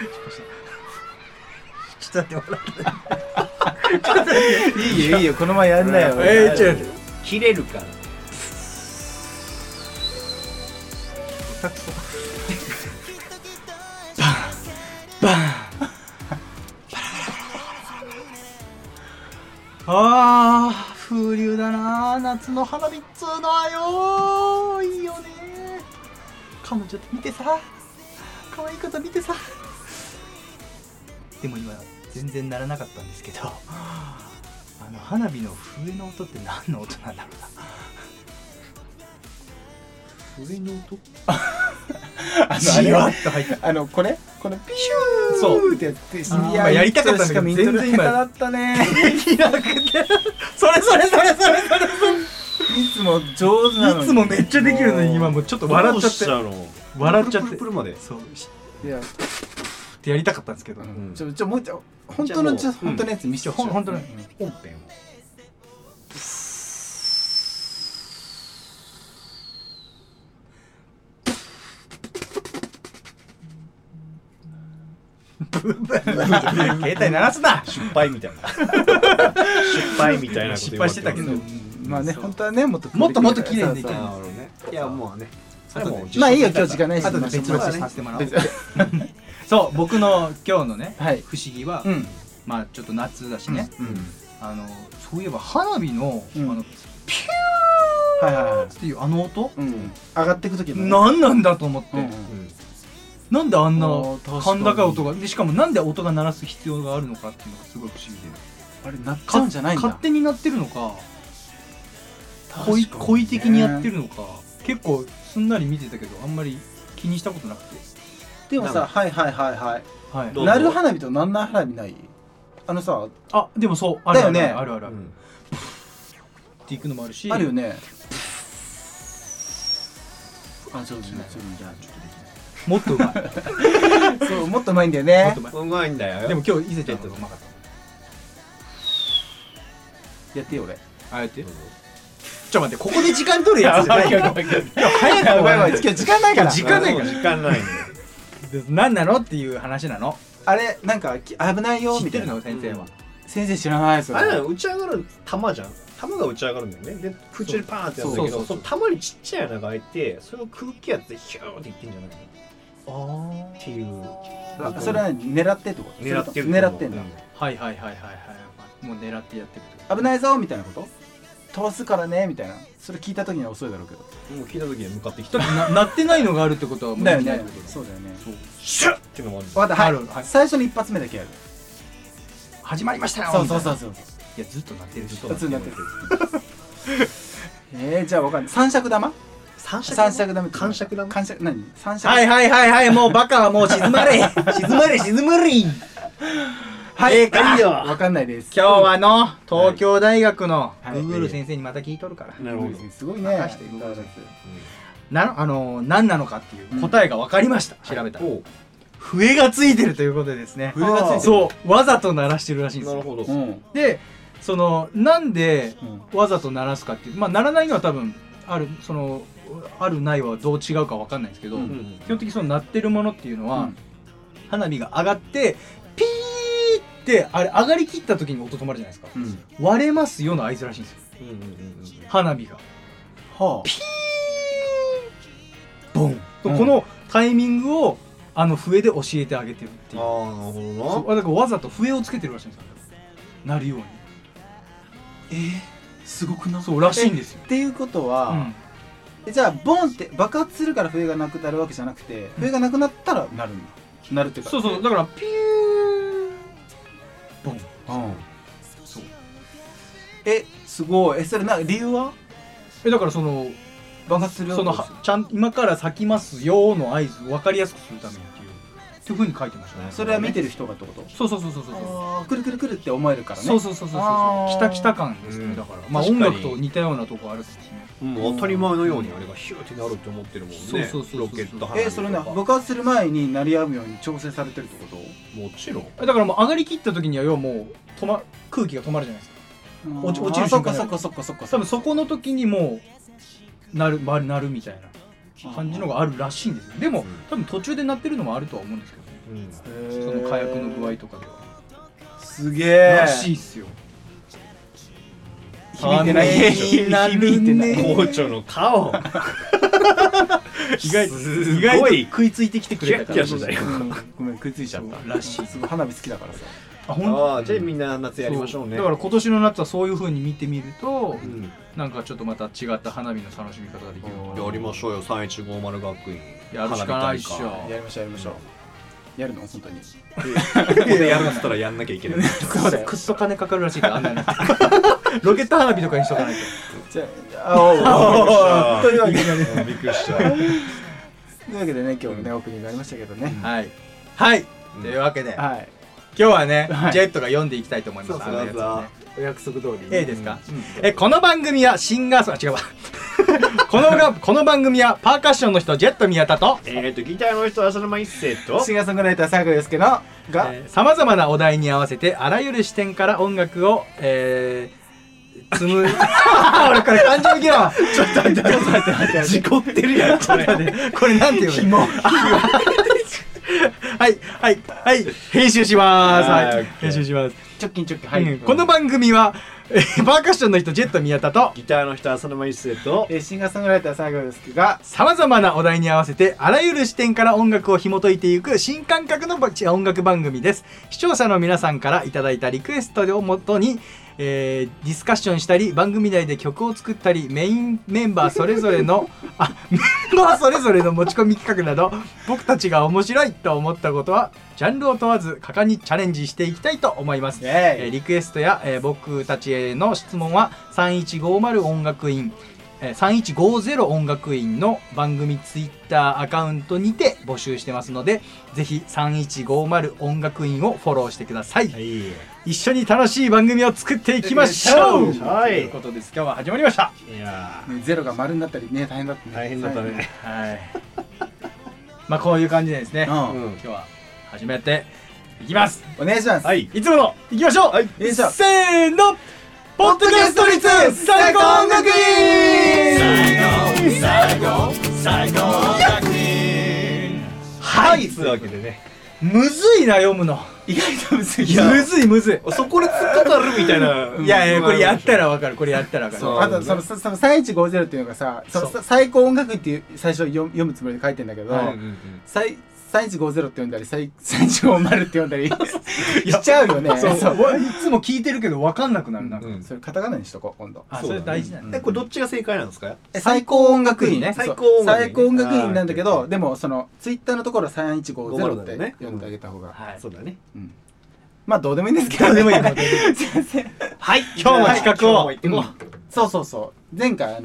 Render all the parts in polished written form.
ちょっと待っていいよいいよこのままやんなよ。 ちょっと切れるから下手くそバンバンあー風流だな夏の花火っつうのはよいいよね。彼女見てさ可愛い方見てさ。でも今全然鳴らなかったんですけど花火の笛の音って何の音なんだろうな。 笛の音じわっと入ったこれピシューってやっていややりたかったんだけど全然今だったねできなくてそれいつも上手なのにいつもめっちゃできるのに今もうちょっと笑っちゃって笑っちゃってプルプルまでそういやってやりたかったんですけど、もう本当のやつ見せて本当の本編を携帯鳴らすな失敗みたいなこと失敗してたけどまあね本当はねもっと綺麗にできるいやもうねまあいいよ今日時間ないし後で別の話させてもらおうそう僕の今日のね不思議はまあちょっと夏だしねそういえば花火のピューっていう音上がっていく時何なんだと思ってなんであんな甲高い音がでしかもなんで音が鳴らす必要があるのかっていうのがすごい不思議であれ鳴っちゃうんじゃないんだ勝手に鳴ってるのか故意的にやってるのか結構すんなり見てたけどあんまり気にしたことなくてでもさはい鳴る花火と鳴んない花火ないさでもそうあるよねあるっていくのもあるしあるよねそうですねじゃあちょっとできないもっとうまいそうもっとうまいんだよねうまいんだよでも今日伊勢ちゃんとうまかったやってよ俺やってちょ待ってここで時間取るやつじゃない今日早く今日時間ないから時間ない何なのっていう話なのあれなんか危ないよみたいな先生は先生知らないですよあれ打ち上がる玉じゃん玉が打ち上がるんだよねで空中にパーンってやるんだけどその玉にちっちゃい穴が開いてそれを空気圧でヒューっていってんじゃないのっていうそれは狙ってってこと狙ってんだはいもう狙ってやってる危ないぞみたいなこと飛ばすからねみたいなそれ聞いた時には遅いだろうけどもう聞いた時には向かってきた鳴ってないのがあるってことはもうだよねそうだよねシュッっていうのもある最初の一発目だけやる始まりましたよそういやずっと鳴ってるずっと鳴ってるじゃあわかんない三尺玉三尺玉感触玉何三尺はいもうバカはもう静まれはいわかんないです。今日は東京大学のグーグル先生にまた聞いとるから。なるほど。すごいね。何なのかっていう答えが分かりました。調べたら。笛がついてるということでですね。笛がついてる。そうわざと鳴らしてるらしいんですよ。なるほど。でなんでわざと鳴らすかっていう鳴らないのは多分あるないはどう違うか分かんないんですけど、基本的に鳴ってるものっていうのは花火が上がってピーであれ上がりきった時に音止まるじゃないですか、割れますよの合図らしいんですよ、花火が、ピーボンとこのタイミングを笛で教えてあげてるっていう。なるほどな。だからわざと笛をつけてるらしいんですよ鳴るように。すごくない？そうらしいんですよ。っていうことは、じゃあボンって爆発するから笛がなくなるわけじゃなくて、笛がなくなったら鳴るんだ。鳴るっていうかそうだからピューボン。そうすごい。それ理由はだから爆発するよちゃん今から咲きますよの合図を分かりやすくするためにっていうふうに書いてましたね。それは見てる人がってこと？そうくるくるくるって思えるからね。そうきたきた感ですね。だから音楽と似たようなとこあるんですね。 当たり前のようにあれがヒューってなるって思ってるもんね。ロケット花火。 それね爆発する前に鳴り合うように調整されてるってこと？もちろん。だからもう上がりきった時には要はもう空気が止まるじゃないですか。落ちる瞬間。そっか。多分そこの時にもう鳴るみたいな感じのがあるらしいんですよ。でも多分途中で鳴ってるのもあるとは思うんですけどね。 その火薬の具合とかでは。 すげえらしいっすよ。 響いてない響いてない校長の顔意外と食いついてきてくれたから。 ごめん食いついちゃったらしい。 すごい花火好きだからさ。 あ、本当。 じゃあみんな夏やりましょうね。 だから今年の夏はそういう風に見てみると、なんかちょっとまた違った花火の楽しみ方ができる。 やりましょうよ、3150学院。 やるしかないっしょ。 やりましょう。やるの本当に。 ここでやるんだったらやんなきゃいけない。 そうだよ。くっそ金かかるらしいからあんなに。ロケット花火とかにしとかないと。 じゃあ、本当にびっくりした。 というわけでね、今日もねオープニングありましたけどね。 はいはい。というわけで、 はい。 今日はねジェットが読んでいきたいと思います。 お約束通り。 ですか。この番組はシンガーソン違うわ。この番組はパーカッションの人ジェット宮田とギターの人浅沼一生とシンガーソングライター佐賀祐介のがさまざまなお題に合わせてあらゆる視点から音楽を紡ぐ。俺これ感情的だわ。ちょっと待って事故ってるやんこれ。 これなんていうの。はい編集します。はい編集します。 直近はい。 この番組はパーカッションの人ジェット宮田とギターの人浅沼一生とシンガーソングライター佐賀祐介がさまざまなお題に合わせてあらゆる視点から音楽を紐解いていく新感覚の音楽番組です。視聴者の皆さんからいただいたリクエストをもとにディスカッションしたり番組内で曲を作ったりメンバーそれぞれの持ち込み企画など僕たちが面白いと思ったことはジャンルを問わず果敢にチャレンジしていきたいと思います。リクエストや僕たちへの質問は3150音楽院3150音楽院の番組ツイッターアカウントにて募集してますのでぜひ3150音楽院をフォローしてください。一緒に楽しい番組を作っていきましょう。ということです。今日は始まりました。 いやゼロが丸になったりね大変だったね。 大変だったね。 はい。まあこういう感じでですね。今日は始めていきます。 お願いします。 はい。いつものいきましょう。せーの。ポッドキャスト率最高音楽院。最高音楽院。はい。 というわけでね。 むずいな読むの。 意外とむずい。 むずい。 そこで突っかかるみたいな。 いやこれやったらわかる。これやったらわかる。 あとその3150っていうのがさ、最高音楽院っていう最初読むつもりで書いてんだけど、3150って読んだり3150って読んだりしちゃうよね。 そういつも聞いてるけど分かんなくなるな。 それカタカナにしとこう今度。 それ大事なんだ。 これどっちが正解なんですか？ 最高音楽院ね。 最高音楽院なんだけど、でもそのツイッターのところは3150って読んであげた方が。 そうだね。 まあどうでもいいんですけど。 どうでもいい。はい。今日の企画を。 そう。前回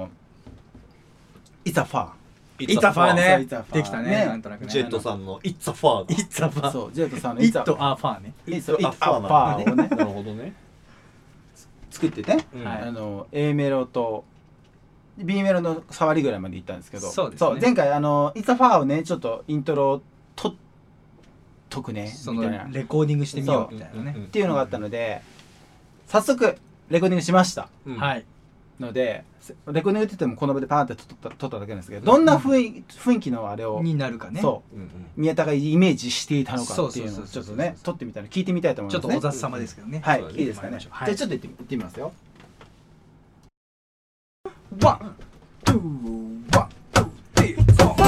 It's a Far。 It's a Far ね。できたね。なんとなくね。 ジェットさんの It's a Far。 It's a Far。 そう、ジェットさんの It's a Far ね。 It's a Far をね。 なるほどね。 作ってね。A メロと B メロの触りぐらいまでいったんですけど。そう前回It's a Far をねちょっとイントロと解くねみたいな。 レコーディングしてみようみたいなね。 っていうのがあったので早速レコーディングしました。 はい。 のでレコーディングって言ってもこの場でパーンって撮っただけなんですけど、どんな雰囲気のあれをになるかね。 そう宮田がイメージしていたのかっていうのをちょっとね撮ってみたいな聞いてみたいと思いますね。 ちょっとお雑様ですけどね。 はい、いいですかね。じゃあちょっと行ってみますよ。 ワン、ツー、ワン、ツー、スリー、フォー。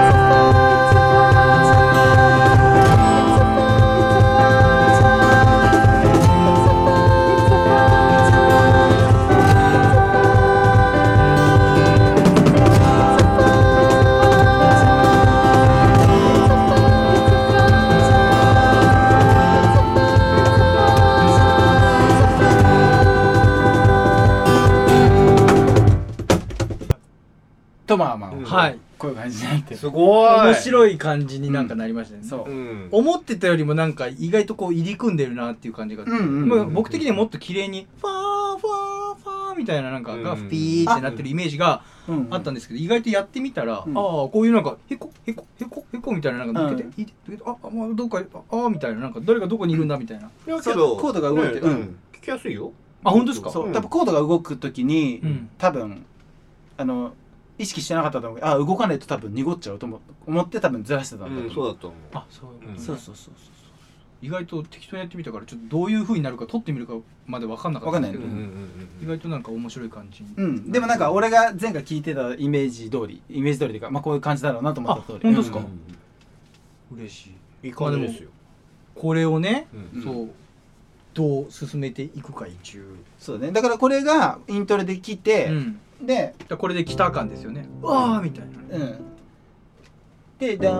まあはい、 こういう感じになってすごい面白い感じになんかなりましたね。 そう思ってたよりもなんか意外とこう入り組んでるなっていう感じが、僕的にはもっと綺麗にファーファーファーみたいななんかがピーってなってるイメージがあったんですけど、意外とやってみたらこういうなんかヘコヘコヘコヘコみたいななんか抜けてどっかみたいななんか誰がどこにいるんだみたいな。 けどコードが動いて聞きやすいよ。 あ、本当ですか？ そう多分コードが動くときに多分い意識してなかったと思うけど、動かないと多分濁っちゃうと思って多分ずらしてたんだと思う。そうだと思う。 そうそうそう。 意外と適当にやってみたからちょっとどういう風になるか撮ってみるかまで分かんなかったんですけど、意外となんか面白い感じ。 でもなんか俺が前回聞いてたイメージ通りというか、こういう感じだろうなと思った通り。 本当ですか？嬉しい。 いい感じですよ。 これをね、そうどう進めていくか一応。 そうね。だからこれがイントロで来て、でこれで来た感ですよね。わあみたいな。 でダ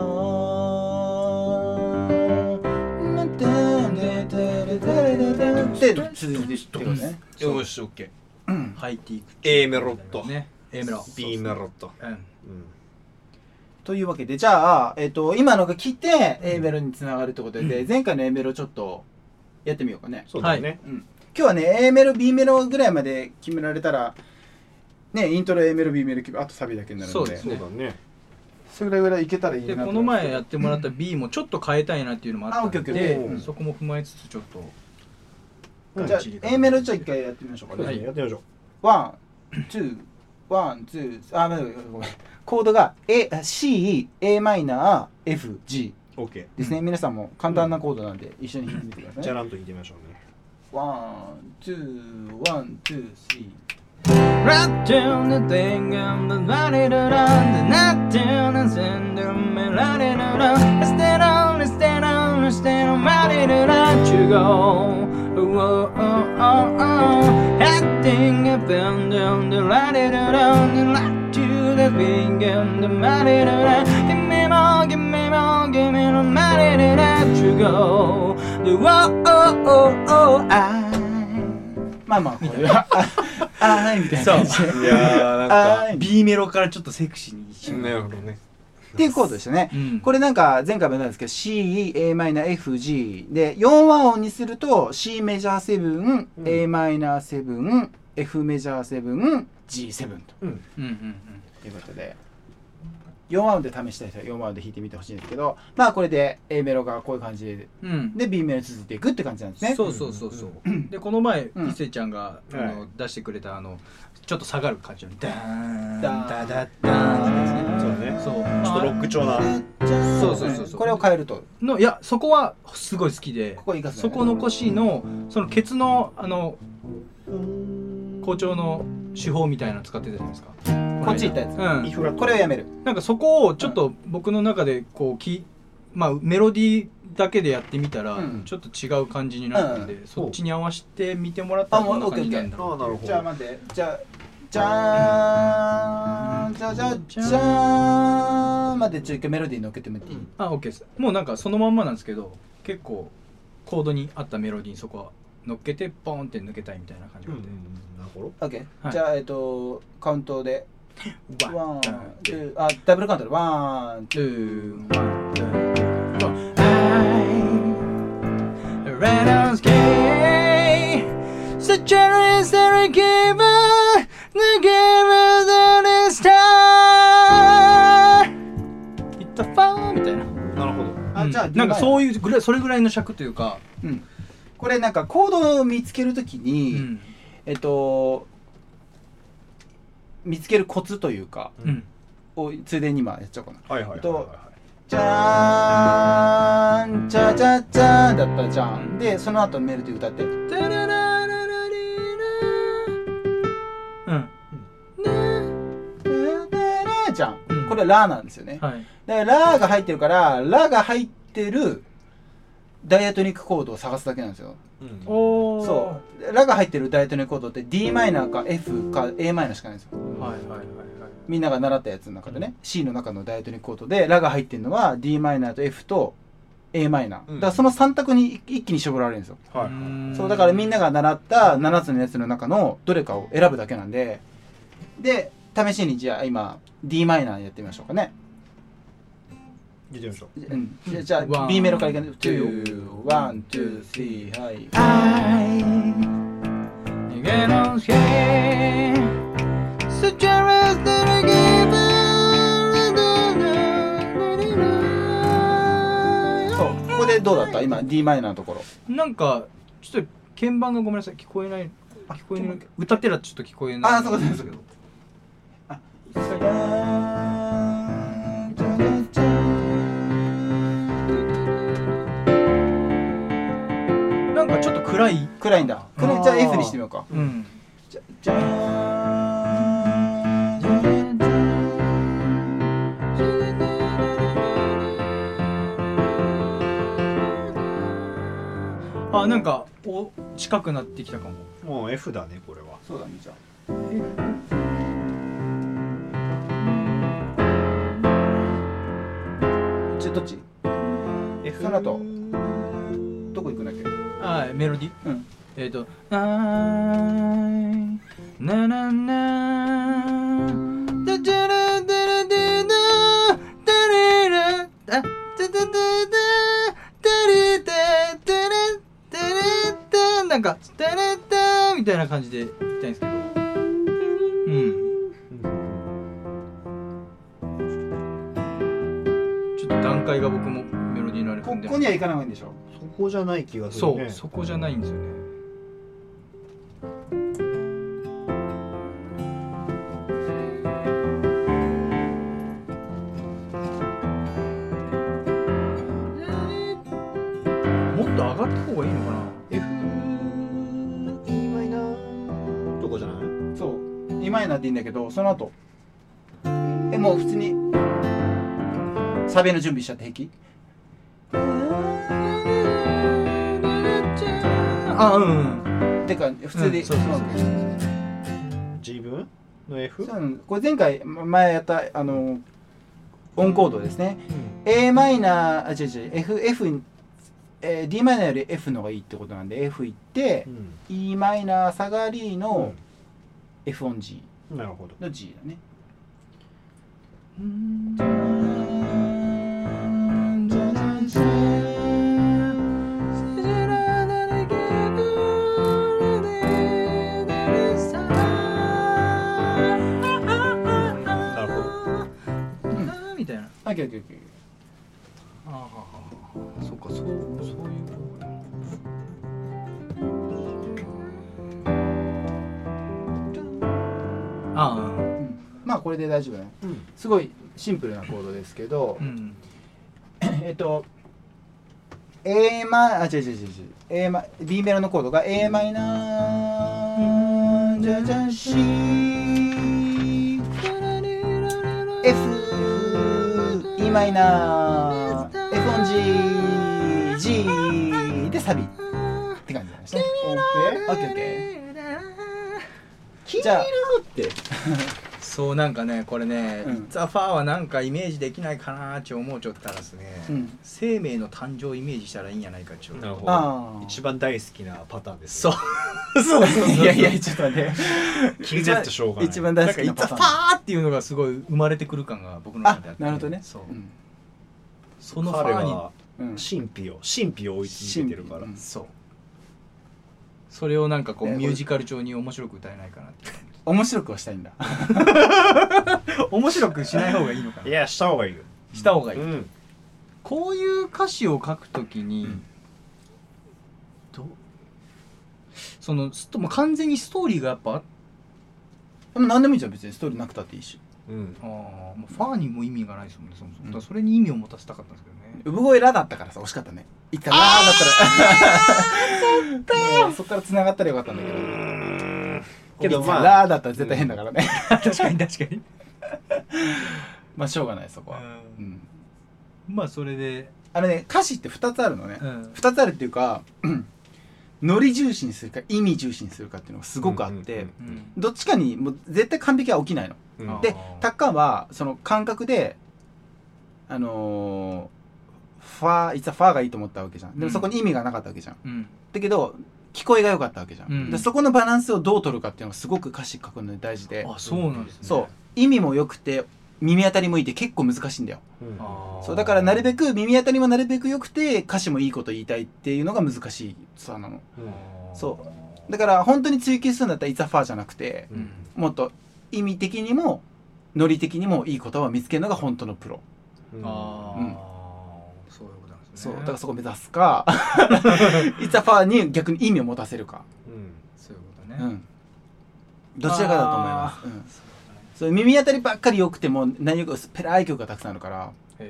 ーンで続いていってるね。 よし、オッケー。入っていく。 A メロットね。A メロ。 B メロット。 というわけで、じゃあ今のが来て A メロにつながるってことで、前回の A メロちょっとやってみようかね。 そうだね。 今日はね A メロ B メロぐらいまで決められたらね、イントロ A メロ B メロあとサビだけになるので、 そうだね。 それぐらいいけたらいいなと。 でこの前やってもらった B もちょっと変えたいなっていうのもあったので、そこも踏まえつつちょっとじゃあ A メロじゃあ一回やってみましょうかね。 やってみましょう。 ワン、ツー、ワン、ツー、ごめん。コードが C、A マイナー、F、G ですね。皆さんも簡単なコードなんで一緒に弾いてみてください。 じゃあなんと弾いてみましょうね。 ワン、ツー、ワン、ツー、スリー。 Right down the thing and the light it on the night down and send them and light it on. Stand on, stand on, stand on, light it on. You go, oh, oh, oh, oh. Acting up and down the light it on, the light to the thing and the light it on. Give me more, give me more, give me more, light it on. You go, oh, oh, oh, oh, I. まあまあこれはみたいな感じで、 いやなんか B メロからちょっとセクシーにしなるほどねっていうコードでしたね。これなんか前回も言ったんですけど C、A マイナー、F、G で4和音にすると C メジャー7、A マイナー7、F メジャー7、G7 ということで4和音で試したい人は4和音で弾いてみてほしいんですけど、まあこれで A メロがこういう感じで、で B メロに続いていくって感じなんですね。 そうでこの前伊勢ちゃんが出してくれたちょっと下がる感じのダーンダダダーンそうだね。そうちょっとロック調な。 そうこれを変えるといやそこはすごい好きで、そこ残しのそのケツの校長の手法みたいなの使ってたじゃないですか。 こっち行ったやつ、これをやめる。 なんかそこをちょっと僕の中でこうメロディーだけでやってみたらちょっっと違う感じになってて、そっちに合わせて見てもらったらこんな感じなんだろう。 じゃあ待って、じゃあじゃーんじゃじゃじゃーん待って、ちょっとメロディー乗っけてみていい？ OK です。もうなんかそのまんまなんですけど、結構コードに合ったメロディーにそこは乗っけてポーンって抜けたいみたいな感じなんで。 なるほど。 OK。じゃあカウントでワン、ツー、ダブルカウントでワン、ツー、ワン、ツー、ワン。 Red on sky, such a mystery giver, the giver that is star. It's a fun みたいな。 なるほど。じゃあなんかそういうぐらい、それぐらいの尺というか、 これなんかコードを見つけるときに、見つけるコツというか、をついでに今やっちゃおうかな。じゃーん、じゃじゃじゃーんだったじゃん。で、その後メロディー歌って。じゃん。これラなんですよね。だからラが入ってるから、ラが入ってるダイアトニックコードを探すだけなんですよ。そう。ラが入ってるダイアトニックコードって D マイナーか F か A マイナーしかないんですよ。みんなが習ったやつの中でね、C の中のダイアトニックコードでラが入ってるのは D マイナーと F と A マイナー。だからその3択に一気に絞られるんですよ。そうだからみんなが習った7つのやつの中のどれかを選ぶだけなんで、で試しにじゃあ今 D マイナーやってみましょうかね。 やってみましょう。じゃあ B メロからいかないと2、1、2、3、はい。 Get on sky, such a mystery giver. そう、ここでどうだった？今 D マイナーのところ。 なんかちょっと鍵盤がごめんなさい、聞こえない。歌ってらちょっと聞こえない。 そうですけど。 なんかちょっと暗いんだ。じゃあ F にしてみようか。じゃあ、なんか近くなってきたかも。 もう F だねこれは。 そうだね、じゃあどっち F その後どこ行くんだっけ。 あ、メロディー。あーなななダジャラダラデダダレラあダダダダダレダダレダレダなんかダレダみたいな感じでいきたいんですけど、ちょっと段階が僕もメロディーのあれここには行かない方がいいんでしょ。 そこじゃない気がするね。 そこじゃないんですよね。もっと上がった方がいいのかな。 F E マイナーとかじゃない。 そう、E マイナーでいいんだけど、その後もう普通にサビの準備しちゃって平気。 あ、 てか普通で、 そう自分の F？ これ前回前やったオンコードですね。A マイナー、違う F D マイナーより F の方がいいってことなんで F 行って、E マイナー下がりの F 音 G なるほどの G だね。 みたいな。 オッケーオッケーオッケー。 そうか、そういうことか。 まあこれで大丈夫ね。すごいシンプルなコードですけど、A マ違う A マ B メロのコードが A マイナーじゃじゃ C F E マイナー F 音 G でサビって感じなんですね。オッケーオッケー。じゃあってそうなんかねこれね、ザ・ファーはなんかイメージできないかなって思うちょったらですね、生命の誕生をイメージしたらいいんじゃないかっていう。 なるほど。一番大好きなパターンです。 そういやいやちょっと待って気になってしょうがない。 一番大好きなパターン。 ザ・ファーっていうのがすごい生まれてくる感が僕の中であって。 なるほどね。 そう。そのファーに神秘を追い続けてるから。 そう。それをなんかこうミュージカル調に面白く歌えないかなっていう。 面白くはしたいんだ。 面白くしない方がいいのかな。 いやした方がいいよ。 した方がいい。こういう歌詞を書くときに、そのもう完全にストーリーがやっぱでも何でもいいじゃん別にストーリーなくたっていいし。 ファーにも意味がないですもんねそもそも。だからそれに意味を持たせたかったんですけどね。 産声ラだったからさ惜しかったね。いったラだったらそっから繋がったらよかったんだけど。けどまあラだったら絶対変だからね。 確かにまあしょうがないそこは。 まあそれでね歌詞って2つあるのね。2つあるっていうかノリ重視にするか意味重視にするかっていうのがすごくあって、どっちかにもう絶対完璧は起きないの。でタッカンはその感覚でファーがいいと思ったわけじゃん。でもそこに意味がなかったわけじゃん。だけど聞こえが良かったわけじゃん。でそこのバランスをどう取るかっていうのがすごく歌詞書くのに大事で。 あ、そうなんですね。 そう意味も良くて耳当たりもいいって結構難しいんだよ。そうだからなるべく耳当たりもなるべく良くて歌詞もいいこと言いたいっていうのが難しいさなの。そうだから本当に追求するんだったら「It's a far」じゃなくて、もっと意味的にもノリ的にもいい言葉を見つけるのが本当のプロ。 そういうことなんですね。 そうだからそこを目指すか「It's a far」に逆に意味を持たせるか。 そういうことね。 どちらかだと思います。 そう耳当たりばっかり良くても内容が薄っぺらい曲がたくさんあるから、だ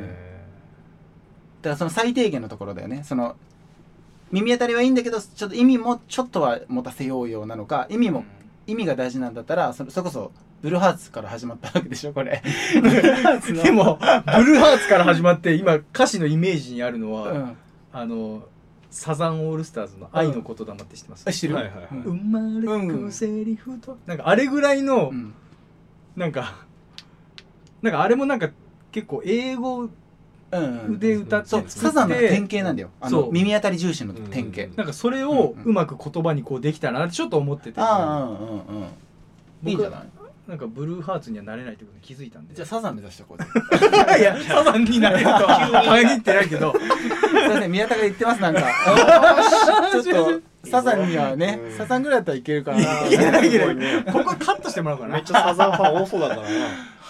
からその最低限のところだよね。その耳当たりはいいんだけどちょっと意味もちょっとは持たせようようなのか、意味が大事なんだったらそれこそブルーハーツから始まったわけでしょこれでもブルーハーツから始まって今歌詞のイメージにあるのは、サザンオールスターズの愛の言霊って知ってます？ 知ってる？ 生まれくセリフとなんかあれぐらいの、なんかあれもなんか結構英語で歌って、 そうサザンの典型なんだよ。耳当たり重視の典型。 なんかそれをうまく言葉にこうできたらなってちょっと思ってて、 いいんじゃない？ なんかブルーハーツにはなれないってことに気づいたんで、 じゃあサザン目指してこう。 いやサザンになれるとは限ってないけど、すいません宮田が言ってますなんかちょっとサザンにはね、サザンぐらいだったらいけるかな。 いけないけどここカットしてもらおうかな。 めっちゃサザンファン多そうだからな。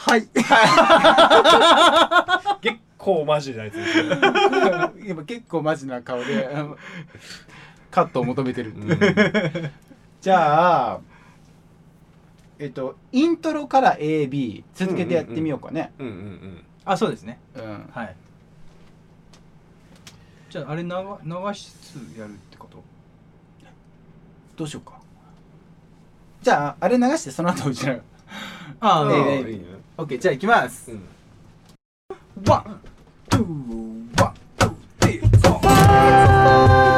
はい結構マジなやつ今結構マジな顔でカットを求めてるっていう。じゃあイントロから AB 続けてやってみようかね。 あ、そうですね。 はい。 じゃああれ流しつつやるってこと？ どうしようか。じゃああれ流してその後うちらが。 ああ、 いいね。オッケー、じゃあ行きます。ワン、ツー、ワン、ツー、スリー、フォー。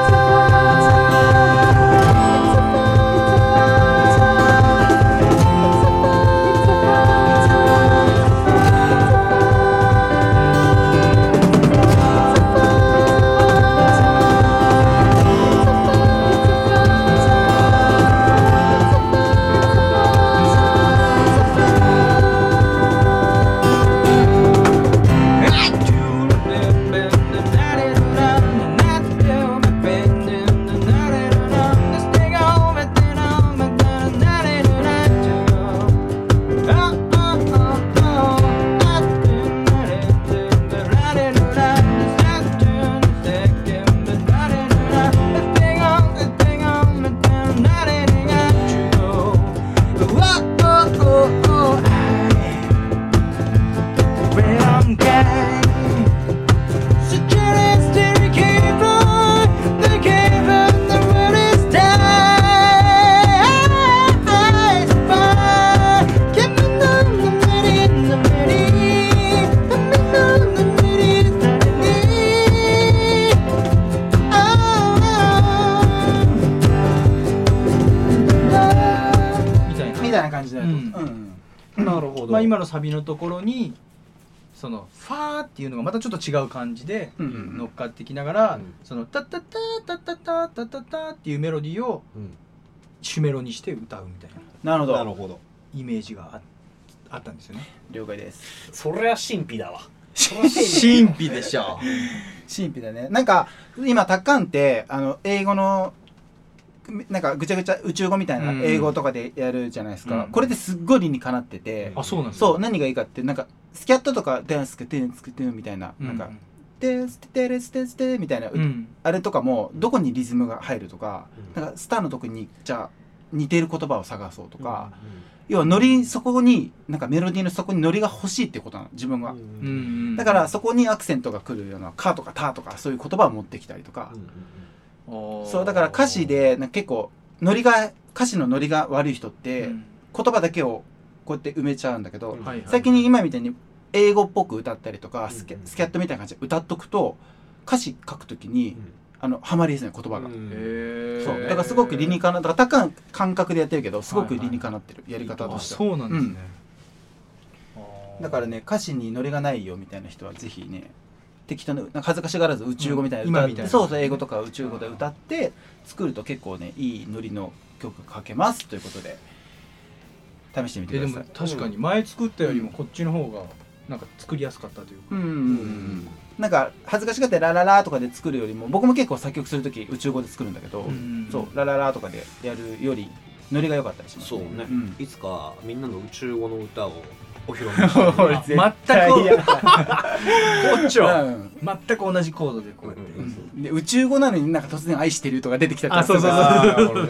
今のサビのところにそのファーっていうのがまたちょっと違う感じで乗っかってきながら、そのタッタッタッタッタッタッタッタッタッっていうメロディーを主メロにして歌うみたいな、なるほどイメージがあったんですよね。 了解です。 それは神秘だわ。 神秘でしょ。 神秘だね。なんか今タッカンって英語のなんかぐちゃぐちゃ宇宙語みたいな英語とかでやるじゃないですか。これですっごい理にかなってて、 あ、そうなんですか。そう、何がいいかってなんかスキャットとかダンスクテンスクテンみたいな、なんかテステレステステみたいな、あれとかもどこにリズムが入るとか、なんかスターのとこにじゃあ似てる言葉を探そうとか、要はノリ、そこになんかメロディーのそこにノリが欲しいってことなの自分は。だからそこにアクセントが来るようなカとかタとかそういう言葉を持ってきたりとか。そうだから歌詞でなんか結構歌詞のノリが悪い人って言葉だけをこうやって埋めちゃうんだけど、先に今みたいに英語っぽく歌ったりとかスキャットみたいな感じで歌っとくと歌詞書くときにハマりやすい言葉が。そうだからすごく理にかな、だから高い感覚でやってるけどすごく理にかなってるやり方としては。 そうなんですね。 だからね歌詞にノリがないよみたいな人はぜひね適当な恥ずかしがらず宇宙語みたいな歌って、そうそう英語とか宇宙語で歌って作ると結構ねいいノリの曲が書けますということで試してみてください。 でも確かに前作ったよりもこっちの方がなんか作りやすかったというか、 なんか恥ずかしがってラララとかで作るよりも、僕も結構作曲するとき宇宙語で作るんだけど、そうラララとかでやるよりノリが良かったりします。 そうね、いつかみんなの宇宙語の歌をお披露目して全くこっちは全く同じコードでこうやって、 で宇宙語なのになんか突然愛してるとか出てきたりとか、 そう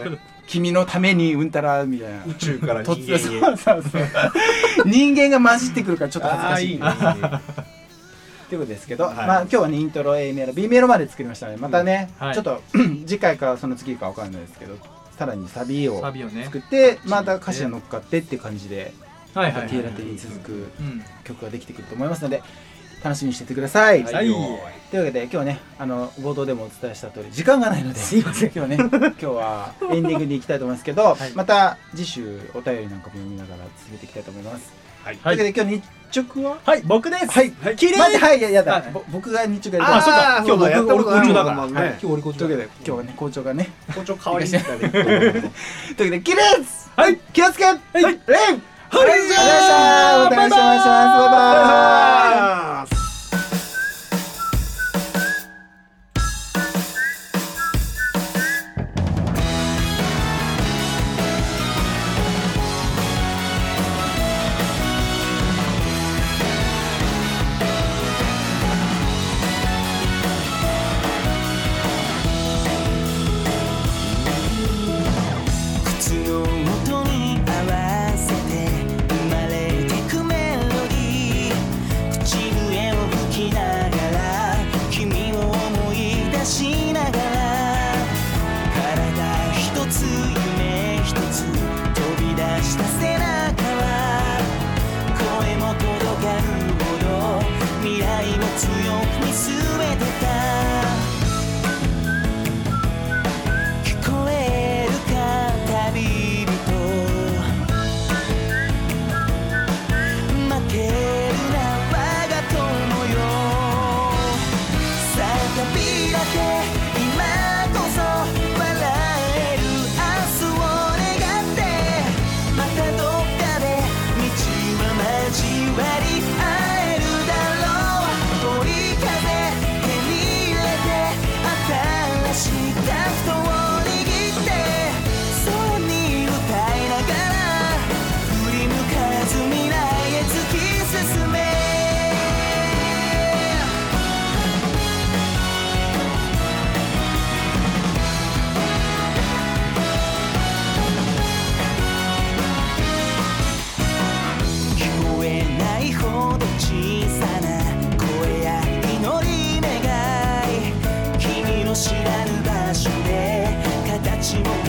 君のためにうんたらみたいな宇宙から人間へそう人間が混じってくるからちょっと恥ずかしいっていうことですけど、まあ今日はねイントロ A メロ B メロまで作りましたのでまたね、ちょっと次回かその次かわかんないですけどさらにサビを作ってまた歌詞が乗っかってっていう感じでティーラテに続く曲ができてくると思いますので楽しみにしててください。というわけで今日はね冒頭でもお伝えした通り時間がないのですいません今日はエンディングに行きたいと思いますけど、また次週お便りなんかも読みながら続けていきたいと思います。というわけで今日日直は僕です。 きれいやだ僕が日直やりたい。 そうか今日僕校長だから今日俺校長というわけで今日はね校長がね校長代わりにしたね。 というわけできれいです。気をつけ。レイお願いします。バイバイ。知らぬ場所で形も